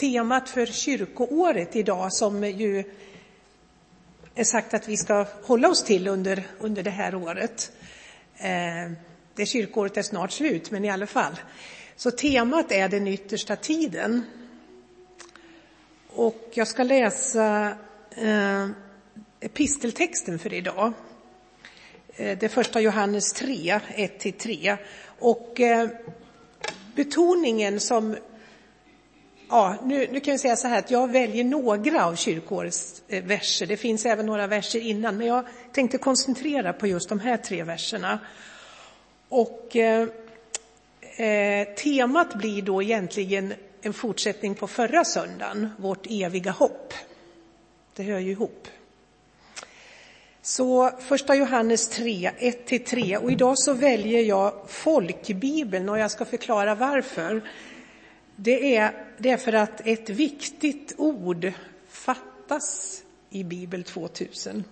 temat för kyrkoåret idag, som ju är sagt att vi ska hålla oss till under det här året. Det kyrkoåret är snart slut, men i alla fall. Så temat är den yttersta tiden. Och jag ska läsa episteltexten för idag. Det är första Johannes 3, 1-3. Och betoningen som... Ja, nu kan jag säga så här att jag väljer några av kyrkårets verser. Det finns även några verser innan, men jag tänkte koncentrera på just de här 3 verserna. Och temat blir då egentligen en fortsättning på förra söndagen, vårt eviga hopp. Det hör ju ihop. Så första Johannes 3, 1-3. Och idag så väljer jag folkbibeln, och jag ska förklara varför. Det är för att ett viktigt ord fattas i Bibel 2000.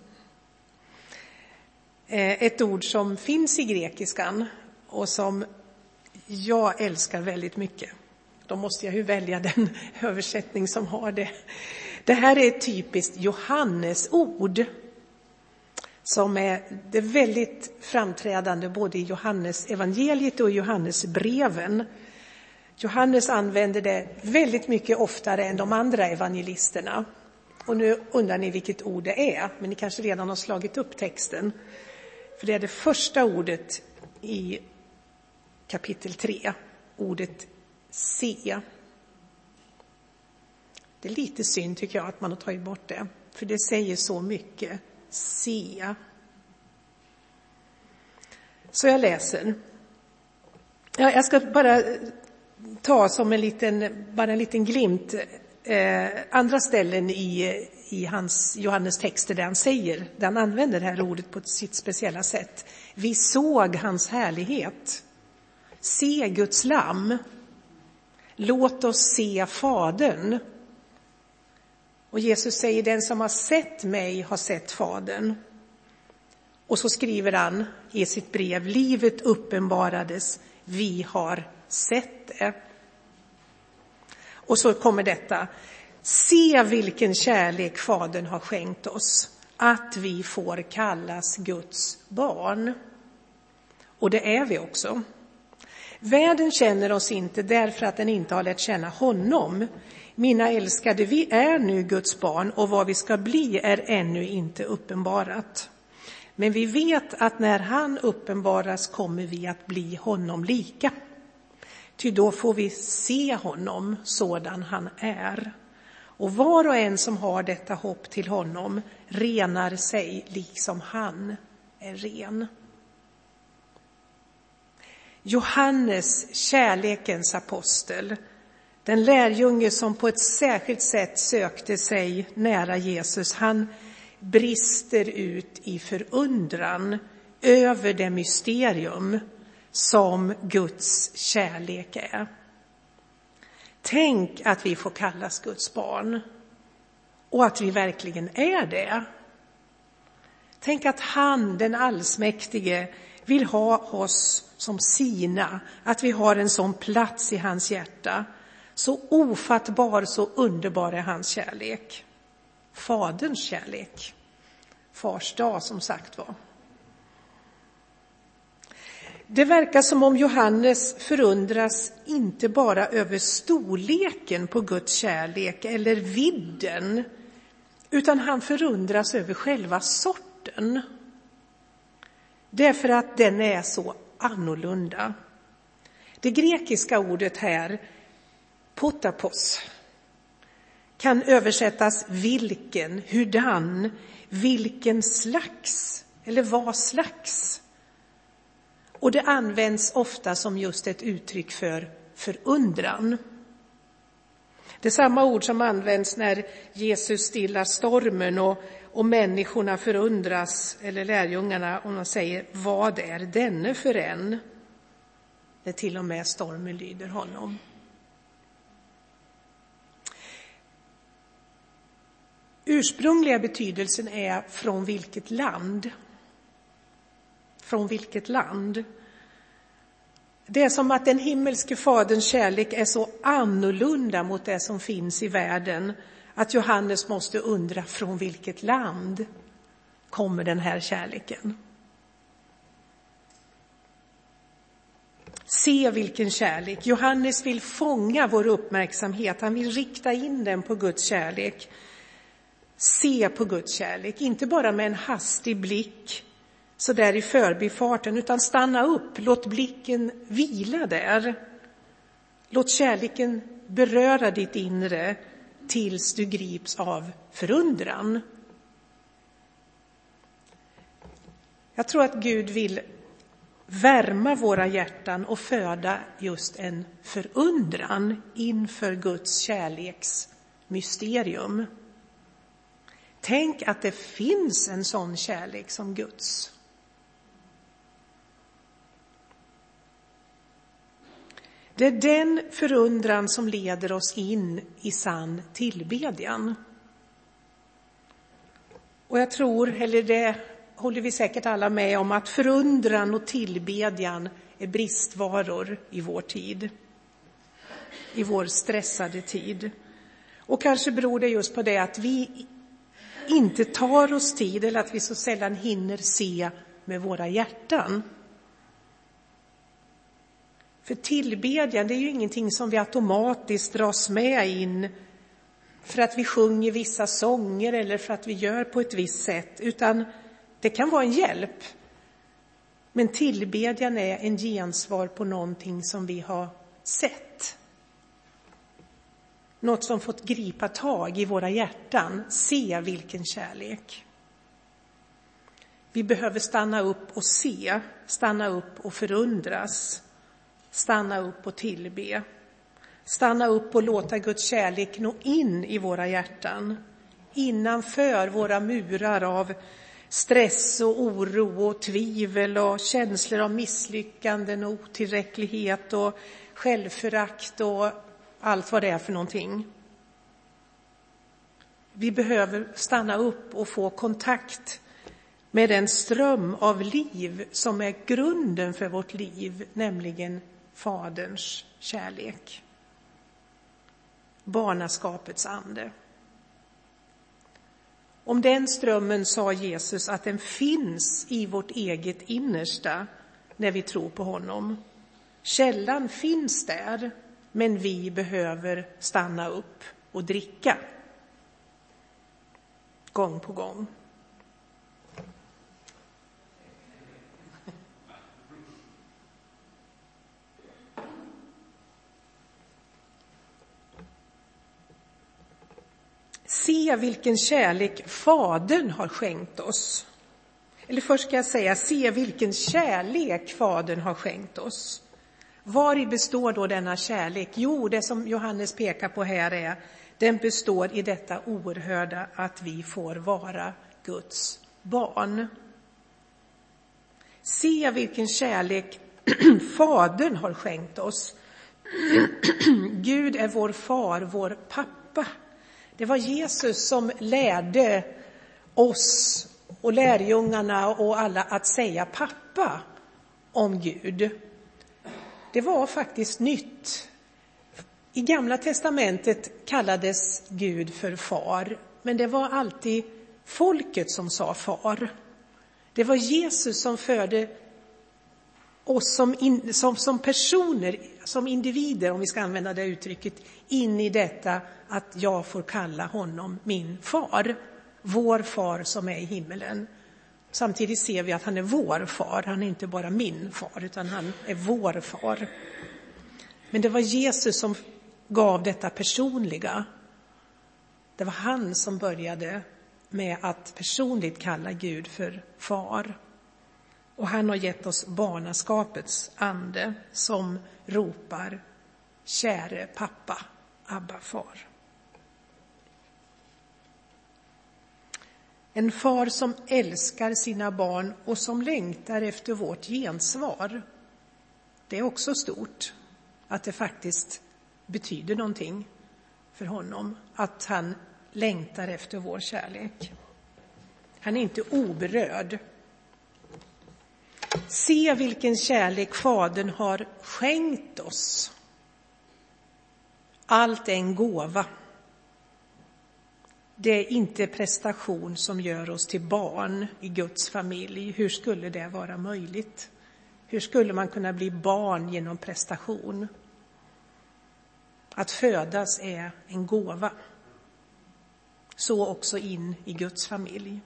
Ett ord som finns i grekiskan och som jag älskar väldigt mycket. Då måste jag ju välja den översättning som har det. Det här är ett typiskt Johannes-ord som är det väldigt framträdande både i Johannes evangeliet och i Johannes breven. Johannes använder det väldigt mycket oftare än de andra evangelisterna. Och nu undrar ni vilket ord det är, men ni kanske redan har slagit upp texten. För det är det första ordet i kapitel 3, ordet se. Det är lite synd tycker jag att man har tagit bort det, för det säger så mycket. Se. Så jag läser. Jag ska bara ta som en liten glimt andra ställen i hans Johannes texter där han använder det här ordet på sitt speciella sätt. Vi såg hans härlighet. Se Guds lamm. Låt oss se Fadern. Och Jesus säger, den som har sett mig har sett Fadern. Och så skriver han i sitt brev, livet uppenbarades, vi har sett det. Och så kommer detta, se vilken kärlek Fadern har skänkt oss, att vi får kallas Guds barn. Och det är vi också. Världen känner oss inte därför att den inte har lärt känna honom. Mina älskade, vi är nu Guds barn och vad vi ska bli är ännu inte uppenbarat. Men vi vet att när han uppenbaras kommer vi att bli honom lika. Ty då får vi se honom sådan han är. Och var och en som har detta hopp till honom renar sig liksom han är ren. Johannes, kärlekens apostel, den lärjunge som på ett särskilt sätt sökte sig nära Jesus, han brister ut i förundran över det mysterium som Guds kärlek är. Tänk att vi får kallas Guds barn och att vi verkligen är det. Tänk att han, den allsmäktige, vill ha oss som sina, att vi har en sån plats i hans hjärta. Så ofattbar, så underbar är hans kärlek. Faderns kärlek. Fars dag som sagt var. Det verkar som om Johannes förundras inte bara över storleken på Guds kärlek eller vidden, utan han förundras över själva sorten. Därför att den är så annorlunda. Det grekiska ordet här, potapos, kan översättas vilken, hurdan, vilken slags eller vad slags. Och det används ofta som just ett uttryck för förundran. Det är samma ord som används när Jesus stillar stormen och människorna förundras, eller lärjungarna, och de säger, vad är denne för en? När till och med stormen lyder honom. Ursprungliga betydelsen är från vilket land? Från vilket land? Det är som att den himmelske faderns kärlek är så annorlunda mot det som finns i världen att Johannes måste undra från vilket land kommer den här kärleken. Se vilken kärlek. Johannes vill fånga vår uppmärksamhet. Han vill rikta in den på Guds kärlek. Se på Guds kärlek. Inte bara med en hastig blick så där i förbifarten, utan stanna upp. Låt blicken vila där. Låt kärleken beröra ditt inre tills du grips av förundran. Jag tror att Gud vill värma våra hjärtan och föda just en förundran inför Guds kärleksmysterium. Tänk att det finns en sån kärlek som Guds. Det är den förundran som leder oss in i sann tillbedjan. Och jag tror, eller det håller vi säkert alla med om, att förundran och tillbedjan är bristvaror i vår tid. I vår stressade tid. Och kanske beror det just på det att vi inte tar oss tid, eller att vi så sällan hinner se med våra hjärtan. För tillbedjan, det är ju ingenting som vi automatiskt dras med in för att vi sjunger vissa sånger eller för att vi gör på ett visst sätt, utan det kan vara en hjälp. Men tillbedjan är en gensvar på någonting som vi har sett. Något som fått gripa tag i våra hjärtan. Se vilken kärlek. Vi behöver stanna upp och se, stanna upp och förundras. Stanna upp och tillbe. Stanna upp och låta Guds kärlek nå in i våra hjärtan. Innanför våra murar av stress och oro och tvivel och känslor av misslyckanden och otillräcklighet och självförakt och allt vad det är för någonting. Vi behöver stanna upp och få kontakt med den ström av liv som är grunden för vårt liv, nämligen Faderns kärlek. Barnaskapets ande. Om den strömmen sa Jesus att den finns i vårt eget innersta när vi tror på honom. Källan finns där, men vi behöver stanna upp och dricka. Gång på gång. Se vilken kärlek Fadern har skänkt oss. Eller först ska jag säga, se vilken kärlek Fadern har skänkt oss. Vari består då denna kärlek? Jo, det som Johannes pekar på här är, den består i detta oerhörda att vi får vara Guds barn. Se vilken kärlek Fadern har skänkt oss. Gud är vår far, vår pappa. Det var Jesus som lärde oss och lärjungarna och alla att säga pappa om Gud. Det var faktiskt nytt. I Gamla testamentet kallades Gud för far, men det var alltid folket som sa far. Det var Jesus som förde oss som personer, som individer, om vi ska använda det uttrycket, in i detta att jag får kalla honom min far. Vår far som är i himmelen. Samtidigt ser vi att han är vår far. Han är inte bara min far, utan han är vår far. Men det var Jesus som gav detta personliga. Det var han som började med att personligt kalla Gud för far. Och han har gett oss barnaskapets ande som ropar, käre pappa, Abba far. En far som älskar sina barn och som längtar efter vårt gensvar. Det är också stort att det faktiskt betyder någonting för honom. Att han längtar efter vår kärlek. Han är inte oberörd. Se vilken kärlek Fadern har skänkt oss. Allt är en gåva. Det är inte prestation som gör oss till barn i Guds familj. Hur skulle det vara möjligt? Hur skulle man kunna bli barn genom prestation? Att födas är en gåva. Så också in i Guds familj.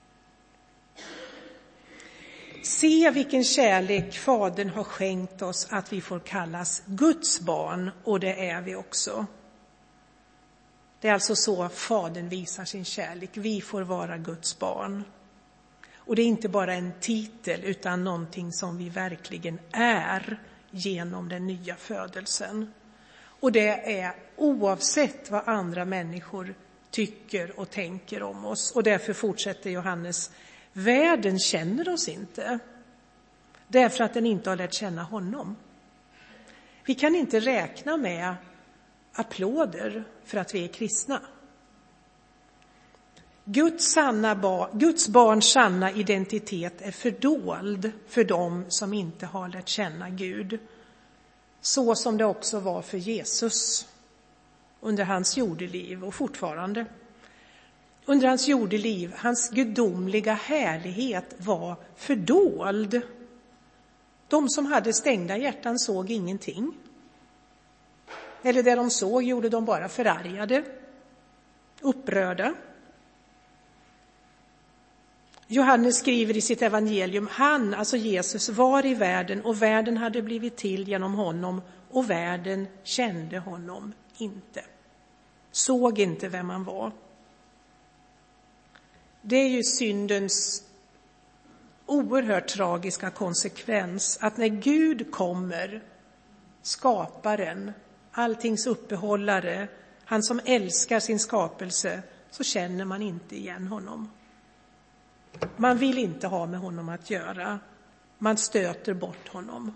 Se vilken kärlek Fadern har skänkt oss att vi får kallas Guds barn, och det är vi också. Det är alltså så Fadern visar sin kärlek. Vi får vara Guds barn. Och det är inte bara en titel utan någonting som vi verkligen är genom den nya födelsen. Och det är oavsett vad andra människor tycker och tänker om oss. Och därför fortsätter Johannes: världen känner oss inte, därför att den inte har lärt känna honom. Vi kan inte räkna med applåder för att vi är kristna. Guds barns sanna identitet är fördold för dem som inte har lärt känna Gud. Så som det också var för Jesus under hans jordeliv och fortfarande. Under hans jordeliv, hans gudomliga härlighet var fördold. De som hade stängda hjärtan såg ingenting. Eller det de såg gjorde de bara förargade, upprörda. Johannes skriver i sitt evangelium: han, alltså Jesus, var i världen och världen hade blivit till genom honom och världen kände honom inte. Såg inte vem han var. Det är ju syndens oerhört tragiska konsekvens att när Gud kommer, skaparen, alltings uppehållare, han som älskar sin skapelse, så känner man inte igen honom. Man vill inte ha med honom att göra. Man stöter bort honom.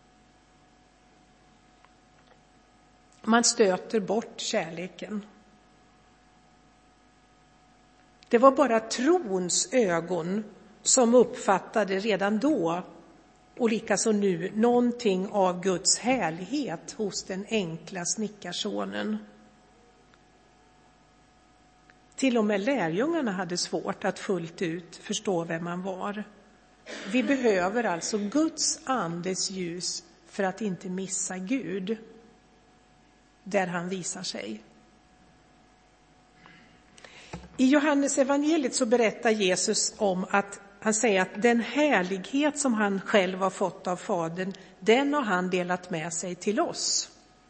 Man stöter bort kärleken. Det var bara trons ögon som uppfattade redan då, och likaså nu, någonting av Guds härlighet hos den enkla snickarsonen. Till och med lärjungarna hade svårt att fullt ut förstå vem man var. Vi behöver alltså Guds andes ljus för att inte missa Gud där han visar sig. I Johannes evangeliet så berättar Jesus om att han säger att den härlighet som han själv har fått av Fadern, den har han delat med sig till oss.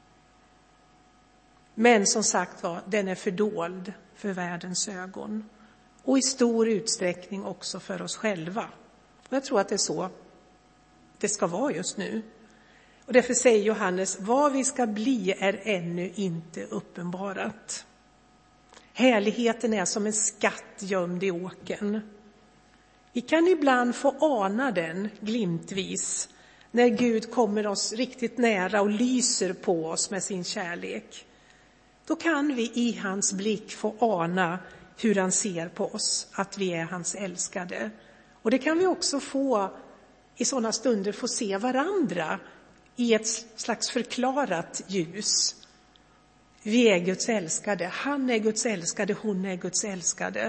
Men som sagt var, den är fördold för världens ögon. Och i stor utsträckning också för oss själva. Och jag tror att det är så det ska vara just nu. Och därför säger Johannes: vad vi ska bli är ännu inte uppenbarat. Härligheten är som en skatt gömd i åkern. Vi kan ibland få ana den glimtvis när Gud kommer oss riktigt nära och lyser på oss med sin kärlek. Då kan vi i hans blick få ana hur han ser på oss, att vi är hans älskade. Och det kan vi också få i sådana stunder, få se varandra i ett slags förklarat ljus. Vi är Guds älskade, han är Guds älskade, hon är Guds älskade.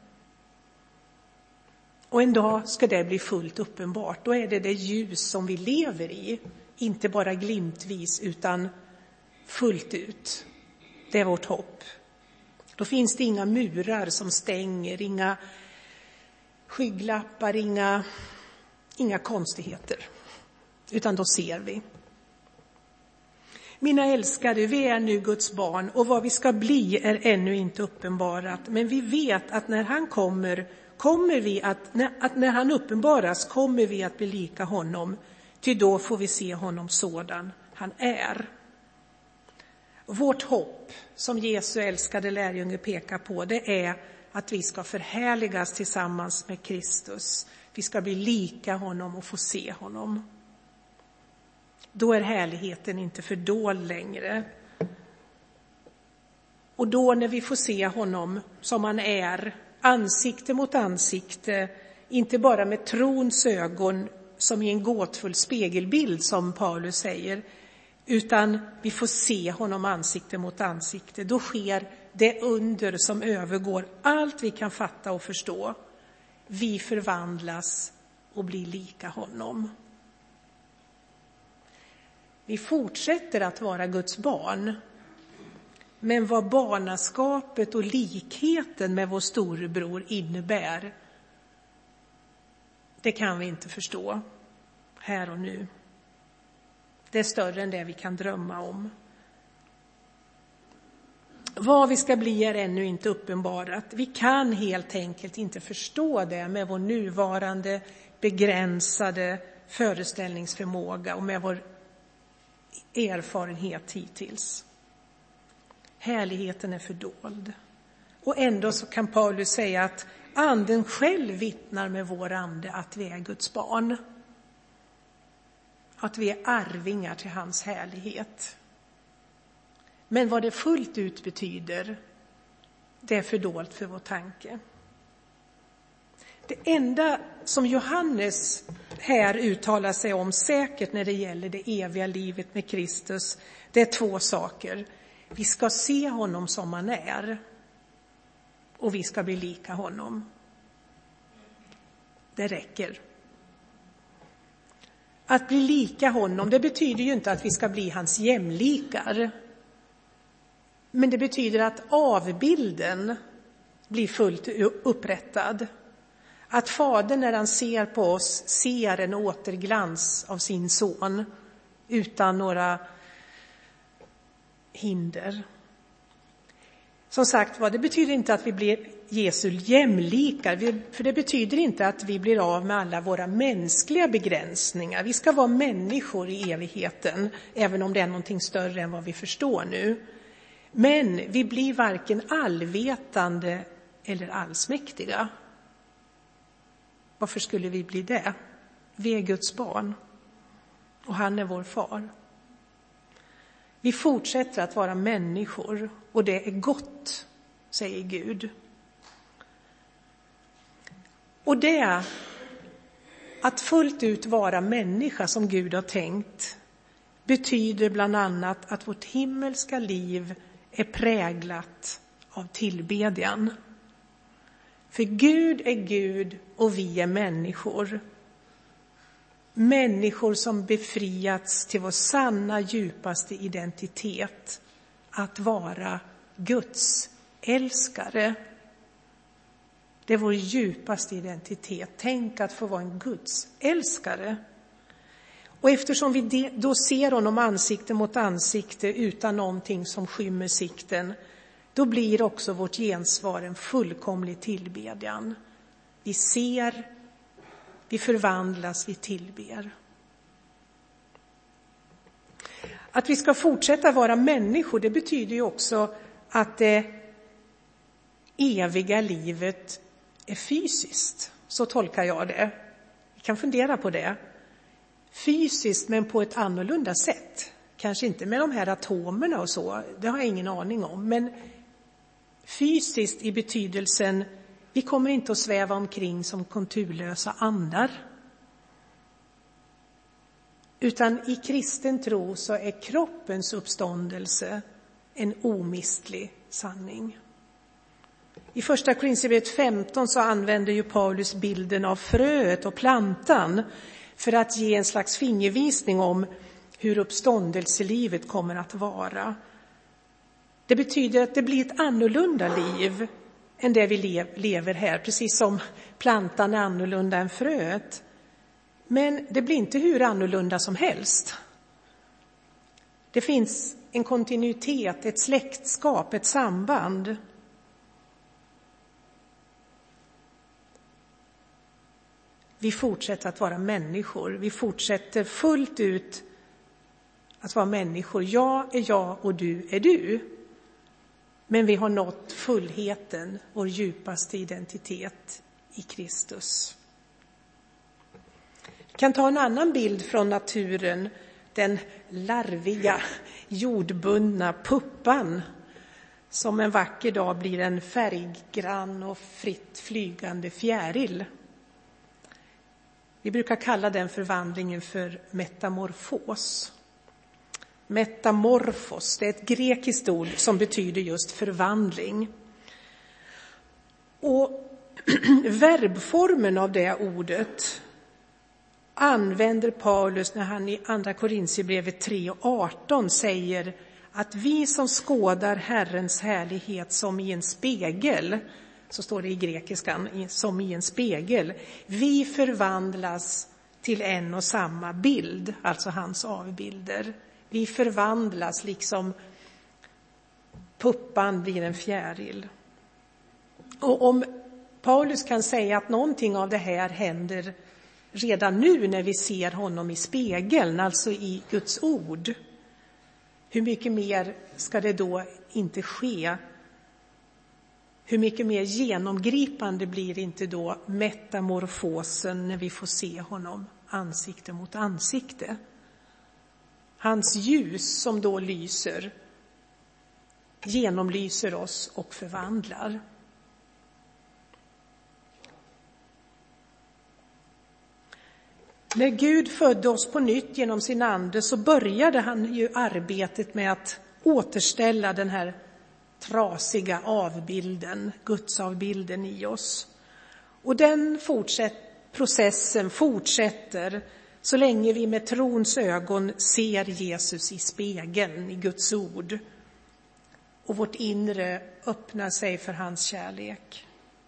Och en dag ska det bli fullt uppenbart. Då är det ljus som vi lever i, inte bara glimtvis utan fullt ut. Det är vårt hopp. Då finns det inga murar som stänger, inga skygglappar, inga konstigheter. Utan då ser vi. Mina älskade, vi är nu Guds barn och vad vi ska bli är ännu inte uppenbarat. Men vi vet att när han när han uppenbaras kommer vi att bli lika honom. Ty då får vi se honom sådan han är. Vårt hopp, som Jesu älskade lärjunge pekar på, det är att vi ska förhärligas tillsammans med Kristus. Vi ska bli lika honom och få se honom. Då är härligheten inte fördold längre. Och då när vi får se honom som han är, ansikte mot ansikte, inte bara med trons ögon som i en gåtfull spegelbild, som Paulus säger, utan vi får se honom ansikte mot ansikte. Då sker det under som övergår allt vi kan fatta och förstå. Vi förvandlas och blir lika honom. Vi fortsätter att vara Guds barn. Men vad barnaskapet och likheten med vår storebror innebär, det kan vi inte förstå här och nu. Det är större än det vi kan drömma om. Vad vi ska bli är ännu inte uppenbarat. Vi kan helt enkelt inte förstå det med vår nuvarande begränsade föreställningsförmåga och med vår erfarenhet hittills. Härligheten är fördold. Och ändå så kan Paulus säga att anden själv vittnar med vår ande att vi är Guds barn. Att vi är arvingar till hans härlighet. Men vad det fullt ut betyder, det är fördolt för vår tanke. Det enda som Johannes här uttalar sig om säkert när det gäller det eviga livet med Kristus, det är två saker. Vi ska se honom som han är och vi ska bli lika honom. Det räcker. Att bli lika honom, det betyder ju inte att vi ska bli hans jämlikar. Men det betyder att avbilden blir fullt upprättad. Att fadern när han ser på oss ser en återglans av sin son utan några hinder. Som sagt, det betyder inte att vi blir Jesu jämlikar, för det betyder inte att vi blir av med alla våra mänskliga begränsningar. Vi ska vara människor i evigheten, även om det är någonting större än vad vi förstår nu. Men vi blir varken allvetande eller allsmäktiga. Varför skulle vi bli det? Vi är Guds barn och han är vår far. Vi fortsätter att vara människor och det är gott, säger Gud. Och det att fullt ut vara människa som Gud har tänkt betyder bland annat att vårt himmelska liv är präglat av tillbedjan. För Gud är Gud och vi är människor. Människor som befriats till vår sanna, djupaste identitet. Att vara Guds älskare. Det är vår djupaste identitet. Tänk att få vara en Guds älskare. Och eftersom vi då ser honom ansikte mot ansikte utan någonting som skymmer sikten, då blir också vårt gensvar en fullkomlig tillbedjan. Vi ser, vi förvandlas, vi tillber. Att vi ska fortsätta vara människor, det betyder ju också att det eviga livet är fysiskt. Så tolkar jag det. Vi kan fundera på det. Fysiskt, men på ett annorlunda sätt. Kanske inte med de här atomerna och så, det har jag ingen aning om. Men fysiskt i betydelsen, vi kommer inte att sväva omkring som konturlösa andar. Utan i kristen tro så är kroppens uppståndelse en omistlig sanning. I första Korinthierbrevet 15 så använder ju Paulus bilden av fröet och plantan för att ge en slags fingervisning om hur uppståndelselivet kommer att vara. Det betyder att det blir ett annorlunda liv än det vi lever här, precis som plantan är annorlunda än fröet. Men det blir inte hur annorlunda som helst. Det finns en kontinuitet, ett släktskap, ett samband. Vi fortsätter att vara människor. Vi fortsätter fullt ut att vara människor. Jag är jag och du är du. Men vi har nått fullheten, vår djupaste identitet i Kristus. Vi kan ta en annan bild från naturen. Den larviga, jordbundna puppan som en vacker dag blir en färggrann och fritt flygande fjäril. Vi brukar kalla den förvandlingen för metamorfos. Metamorfos, det är ett grekiskt ord som betyder just förvandling. Och verbformen av det ordet använder Paulus när han i andra Korinthierbrevet 3:18 säger att vi som skådar Herrens härlighet som i en spegel, så står det i grekiskan, som i en spegel, vi förvandlas till en och samma bild, alltså hans avbilder. Vi förvandlas liksom puppan blir en fjäril. Och om Paulus kan säga att någonting av det här händer redan nu när vi ser honom i spegeln, alltså i Guds ord, hur mycket mer ska det då inte ske? Hur mycket mer genomgripande blir inte då metamorfosen när vi får se honom ansikte mot ansikte? Hans ljus som då lyser genomlyser oss och förvandlar. När Gud födde oss på nytt genom sin ande så började han ju arbetet med att återställa den här trasiga avbilden, Guds avbilden i oss. Och den processen fortsätter så länge vi med trons ögon ser Jesus i spegeln, i Guds ord. Och vårt inre öppnar sig för hans kärlek.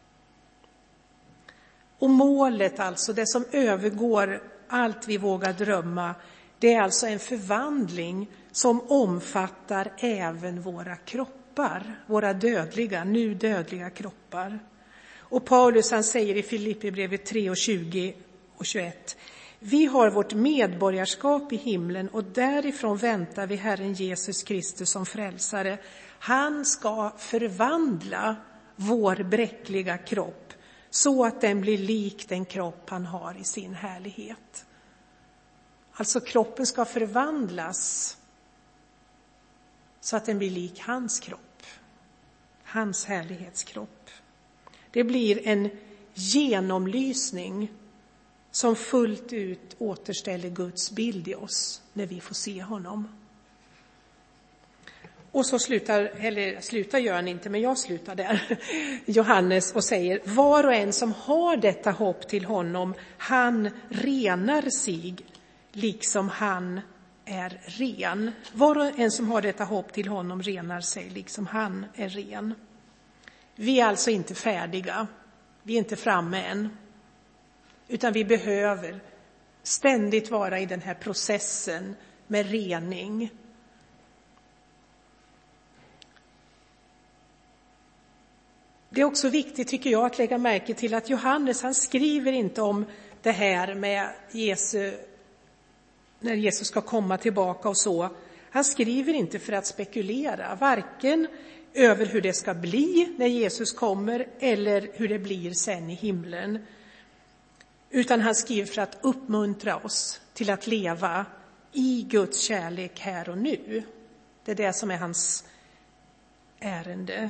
Och målet alltså, det som övergår allt vi vågar drömma, det är alltså en förvandling som omfattar även våra kroppar, våra dödliga, nu dödliga kroppar. Och Paulus han säger i Filipperbrevet 3:20 och 21, vi har vårt medborgarskap i himlen och därifrån väntar vi Herren Jesus Kristus som frälsare. Han ska förvandla vår bräckliga kropp så att den blir lik den kropp han har i sin härlighet. Alltså kroppen ska förvandlas så att den blir lik hans kropp, hans härlighetskropp. Det blir en genomlysning som fullt ut återställer Guds bild i oss när vi får se honom. Och så slutar gör han inte, men jag slutar där, Johannes, och säger, var och en som har detta hopp till honom, han renar sig liksom han är ren. Var och en som har detta hopp till honom renar sig liksom han är ren. Vi är alltså inte färdiga, vi är inte framme än, utan vi behöver ständigt vara i den här processen med rening. Det är också viktigt, tycker jag, att lägga märke till att Johannes, han skriver inte om det här med när Jesus ska komma tillbaka och så. Han skriver inte för att spekulera, varken över hur det ska bli när Jesus kommer eller hur det blir sen i himlen. Utan han skriver för att uppmuntra oss till att leva i Guds kärlek här och nu. Det är det som är hans ärende.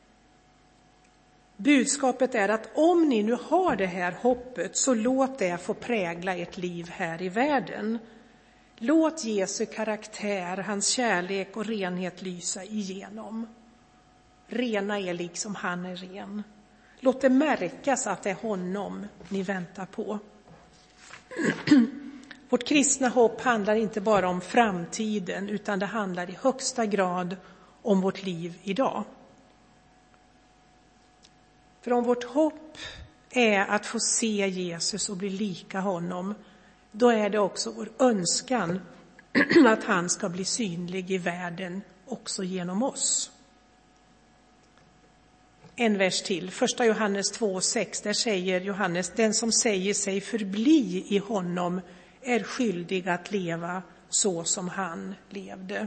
Budskapet är att om ni nu har det här hoppet, så låt det få prägla ert liv här i världen. Låt Jesu karaktär, hans kärlek och renhet lysa igenom. Rena er liksom han är ren. Låt det märkas att det är honom ni väntar på. Vårt kristna hopp handlar inte bara om framtiden, utan det handlar i högsta grad om vårt liv idag. För om vårt hopp är att få se Jesus och bli lika honom, då är det också vår önskan att han ska bli synlig i världen också genom oss. En vers till, 1 Johannes 2:6, där säger Johannes, den som säger sig förbli i honom är skyldig att leva så som han levde.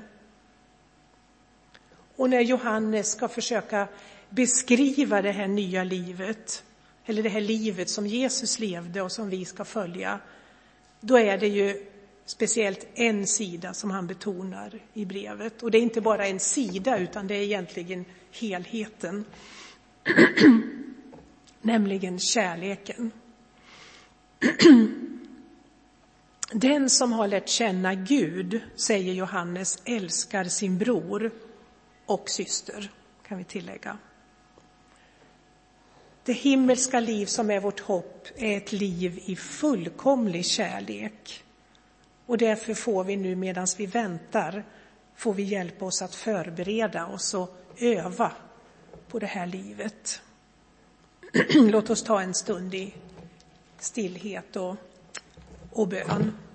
Och när Johannes ska försöka beskriva det här nya livet, eller det här livet som Jesus levde och som vi ska följa, då är det ju speciellt en sida som han betonar i brevet. Och det är inte bara en sida, utan det är egentligen helheten. Nämligen kärleken. Den som har lärt känna Gud, säger Johannes, älskar sin bror och syster, kan vi tillägga. Det himmelska liv som är vårt hopp är ett liv i fullkomlig kärlek. Och därför får vi nu, medan vi väntar, får vi hjälpa oss att förbereda oss och öva på det här livet. Låt oss ta en stund i stillhet och bön.